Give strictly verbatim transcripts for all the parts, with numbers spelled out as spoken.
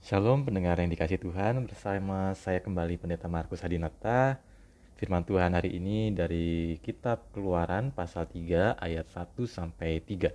Shalom pendengar yang dikasih Tuhan, bersama saya kembali Pendeta Markus Hadinata. Firman Tuhan hari ini dari kitab Keluaran pasal tiga ayat satu sampai tiga.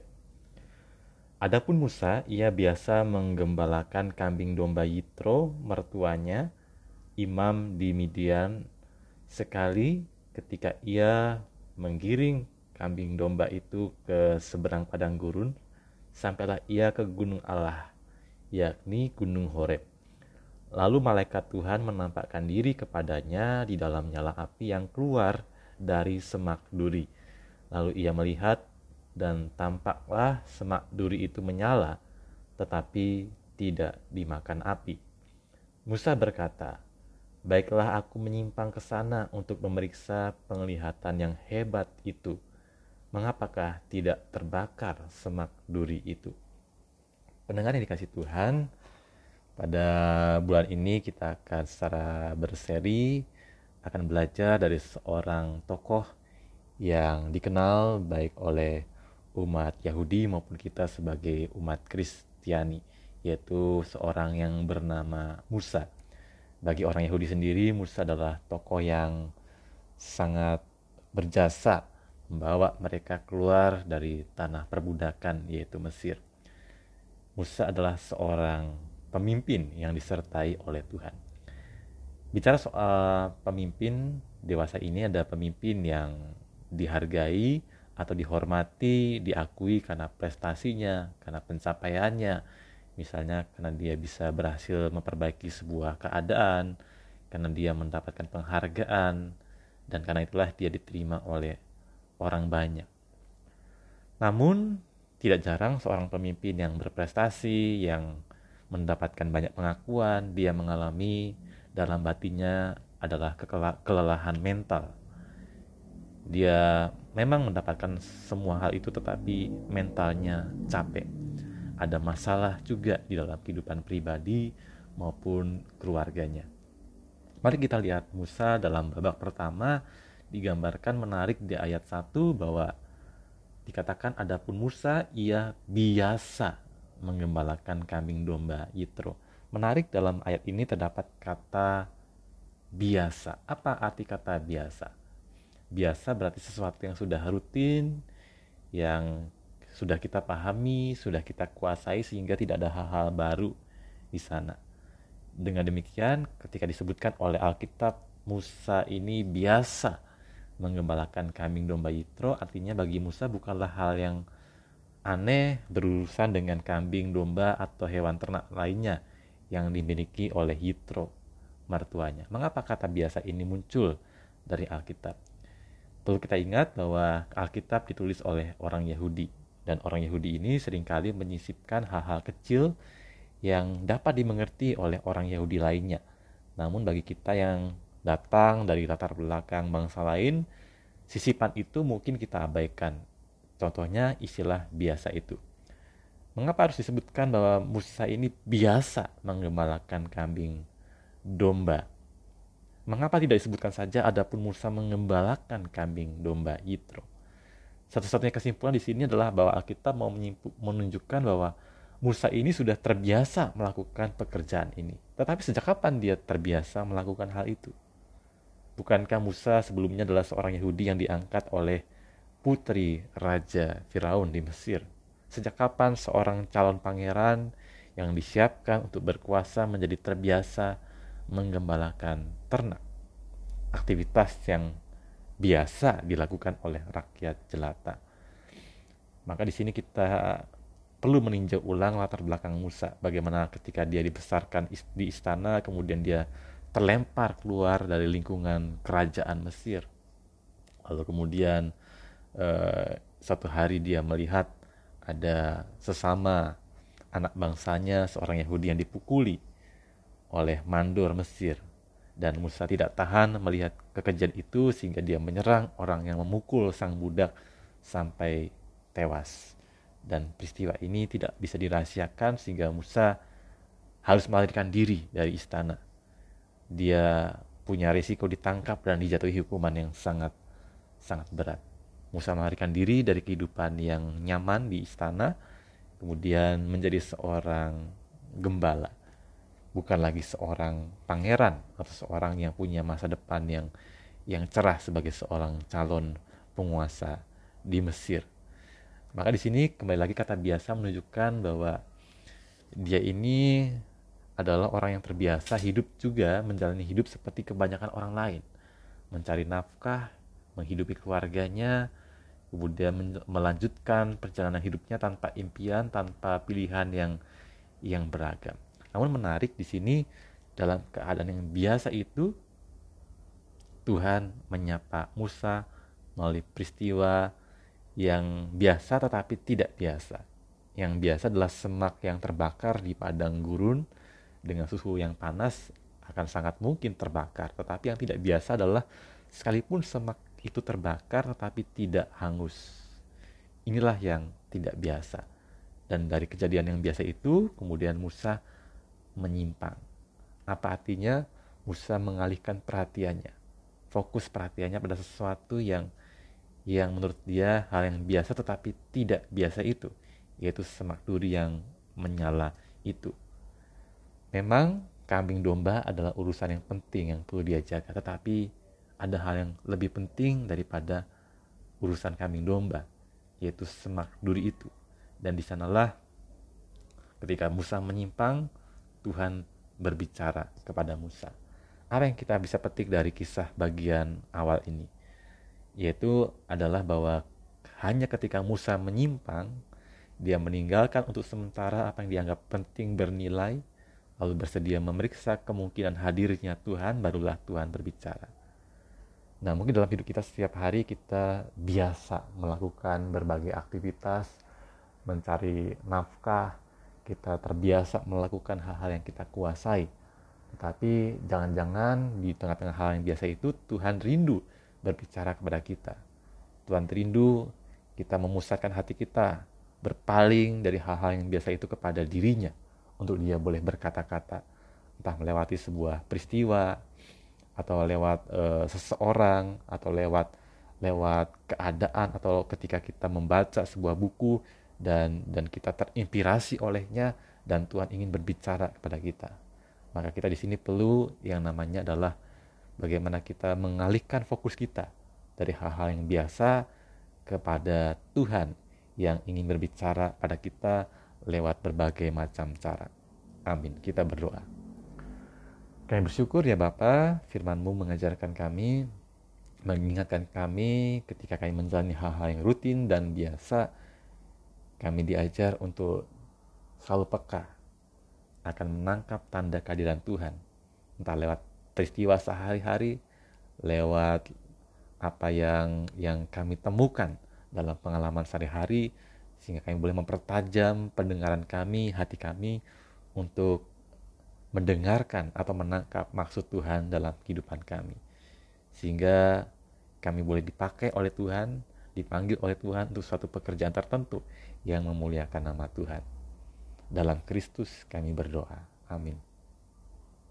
Adapun Musa, ia biasa menggembalakan kambing domba Yitro, mertuanya, imam di Midian. Sekali ketika ia menggiring kambing domba itu ke seberang padang gurun, sampailah ia ke gunung Allah, yakni gunung Horeb. Lalu malaikat Tuhan menampakkan diri kepadanya di dalam nyala api yang keluar dari semak duri. Lalu ia melihat, dan tampaklah semak duri itu menyala, tetapi tidak dimakan api. Musa berkata, "Baiklah, aku menyimpang ke sana untuk memeriksa penglihatan yang hebat itu. Mengapakah tidak terbakar semak duri itu?" Pendengar yang dikasih Tuhan, pada bulan ini kita akan secara berseri akan belajar dari seorang tokoh yang dikenal baik oleh umat Yahudi maupun kita sebagai umat Kristiani, yaitu seorang yang bernama Musa. Bagi orang Yahudi sendiri, Musa adalah tokoh yang sangat berjasa membawa mereka keluar dari tanah perbudakan, yaitu Mesir. Musa adalah seorang pemimpin yang disertai oleh Tuhan. Bicara soal pemimpin dewasa ini, ada pemimpin yang dihargai atau dihormati, diakui karena prestasinya, karena pencapaiannya. Misalnya karena dia bisa berhasil memperbaiki sebuah keadaan, karena dia mendapatkan penghargaan, dan karena itulah dia diterima oleh orang banyak. Namun, tidak jarang seorang pemimpin yang berprestasi, yang mendapatkan banyak pengakuan, dia mengalami dalam batinnya adalah kelelahan mental. Dia memang mendapatkan semua hal itu, tetapi mentalnya capek. Ada masalah juga di dalam kehidupan pribadi maupun keluarganya. Mari kita lihat Musa dalam babak pertama digambarkan menarik di ayat satu bahwa dikatakan adapun Musa ia biasa menggembalakan kambing domba Yitro. Menarik, dalam ayat ini terdapat kata biasa. Apa arti kata biasa? Biasa berarti sesuatu yang sudah rutin, yang sudah kita pahami, sudah kita kuasai, sehingga tidak ada hal-hal baru di sana. Dengan demikian, ketika disebutkan oleh Alkitab Musa ini biasa menggembalakan kambing domba Yitro, artinya bagi Musa bukanlah hal yang aneh berurusan dengan kambing domba atau hewan ternak lainnya yang dimiliki oleh Yitro, mertuanya. Mengapa kata biasa ini muncul dari Alkitab? Perlu kita ingat bahwa Alkitab ditulis oleh orang Yahudi, dan orang Yahudi ini seringkali menyisipkan hal-hal kecil yang dapat dimengerti oleh orang Yahudi lainnya. Namun bagi kita yang datang dari latar belakang bangsa lain, sisipan itu mungkin kita abaikan. Contohnya istilah biasa itu. Mengapa harus disebutkan bahwa Musa ini biasa menggembalakan kambing domba? Mengapa tidak disebutkan saja adapun Musa mengembalakan kambing domba Yitro? Satu-satunya kesimpulan di sini adalah bahwa Alkitab mau menunjukkan bahwa Musa ini sudah terbiasa melakukan pekerjaan ini. Tetapi sejak kapan dia terbiasa melakukan hal itu? Bukankah Musa sebelumnya adalah seorang Yahudi yang diangkat oleh putri Raja Firaun di Mesir? Sejak kapan seorang calon pangeran yang disiapkan untuk berkuasa menjadi terbiasa menggembalakan ternak? Aktivitas yang biasa dilakukan oleh rakyat jelata. Maka di sini kita perlu meninjau ulang latar belakang Musa. Bagaimana ketika dia dibesarkan di istana, kemudian dia terlempar keluar dari lingkungan kerajaan Mesir. Lalu kemudian eh, satu hari dia melihat ada sesama anak bangsanya, seorang Yahudi yang dipukuli oleh mandor Mesir. Dan Musa tidak tahan melihat kekejian itu, sehingga dia menyerang orang yang memukul sang budak sampai tewas. Dan peristiwa ini tidak bisa dirahasiakan, sehingga Musa harus melarikan diri dari istana. Dia punya risiko ditangkap dan dijatuhi hukuman yang sangat sangat berat. Musa melarikan diri dari kehidupan yang nyaman di istana, kemudian menjadi seorang gembala. bukan lagi seorang pangeran atau seorang yang punya masa depan yang yang cerah sebagai seorang calon penguasa di Mesir. Maka di sini kembali lagi kata biasa menunjukkan bahwa dia ini adalah orang yang terbiasa hidup juga menjalani hidup seperti kebanyakan orang lain, mencari nafkah, menghidupi keluarganya, kemudian melanjutkan perjalanan hidupnya tanpa impian, tanpa pilihan yang yang beragam. Namun menarik di sini, dalam keadaan yang biasa itu Tuhan menyapa Musa melalui peristiwa yang biasa tetapi tidak biasa. Yang biasa adalah semak yang terbakar di padang gurun dengan suhu yang panas akan sangat mungkin terbakar. Tetapi yang tidak biasa adalah sekalipun semak itu terbakar tetapi tidak hangus. Inilah yang tidak biasa. Dan dari kejadian yang biasa itu kemudian Musa menyimpang. Apa artinya? Musa mengalihkan perhatiannya. Fokus perhatiannya pada sesuatu yang yang menurut dia hal yang biasa tetapi tidak biasa itu, yaitu semak duri yang menyala itu. Memang kambing domba adalah urusan yang penting yang perlu dia jaga, tetapi ada hal yang lebih penting daripada urusan kambing domba, yaitu semak duri itu. Dan di sanalah ketika Musa menyimpang, Tuhan berbicara kepada Musa. Apa yang kita bisa petik dari kisah bagian awal ini? Yaitu adalah bahwa hanya ketika Musa menyimpang, dia meninggalkan untuk sementara apa yang dianggap penting bernilai, lalu bersedia memeriksa kemungkinan hadirnya Tuhan, barulah Tuhan berbicara. Nah, mungkin dalam hidup kita setiap hari kita biasa melakukan berbagai aktivitas, mencari nafkah, kita terbiasa melakukan hal-hal yang kita kuasai. Tetapi jangan-jangan di tengah-tengah hal yang biasa itu Tuhan rindu berbicara kepada kita. Tuhan rindu kita memusatkan hati kita, berpaling dari hal-hal yang biasa itu kepada dirinya, untuk dia boleh berkata-kata, entah melewati sebuah peristiwa, atau lewat uh, seseorang, atau lewat lewat keadaan, atau ketika kita membaca sebuah buku dan dan kita terinspirasi olehnya dan Tuhan ingin berbicara kepada kita. Maka kita di sini perlu yang namanya adalah bagaimana kita mengalihkan fokus kita dari hal-hal yang biasa kepada Tuhan yang ingin berbicara pada kita lewat berbagai macam cara. Amin. Kita berdoa. Kami bersyukur ya Bapa, firman-Mu mengajarkan kami, mengingatkan kami ketika kami menjalani hal-hal yang rutin dan biasa, kami diajar untuk selalu peka akan menangkap tanda kehadiran Tuhan, entah lewat peristiwa sehari-hari, lewat apa yang yang kami temukan dalam pengalaman sehari-hari, sehingga kami boleh mempertajam pendengaran kami, hati kami untuk mendengarkan atau menangkap maksud Tuhan dalam kehidupan kami, sehingga kami boleh dipakai oleh Tuhan, dipanggil oleh Tuhan untuk suatu pekerjaan tertentu yang memuliakan nama Tuhan. Dalam Kristus kami berdoa. Amin.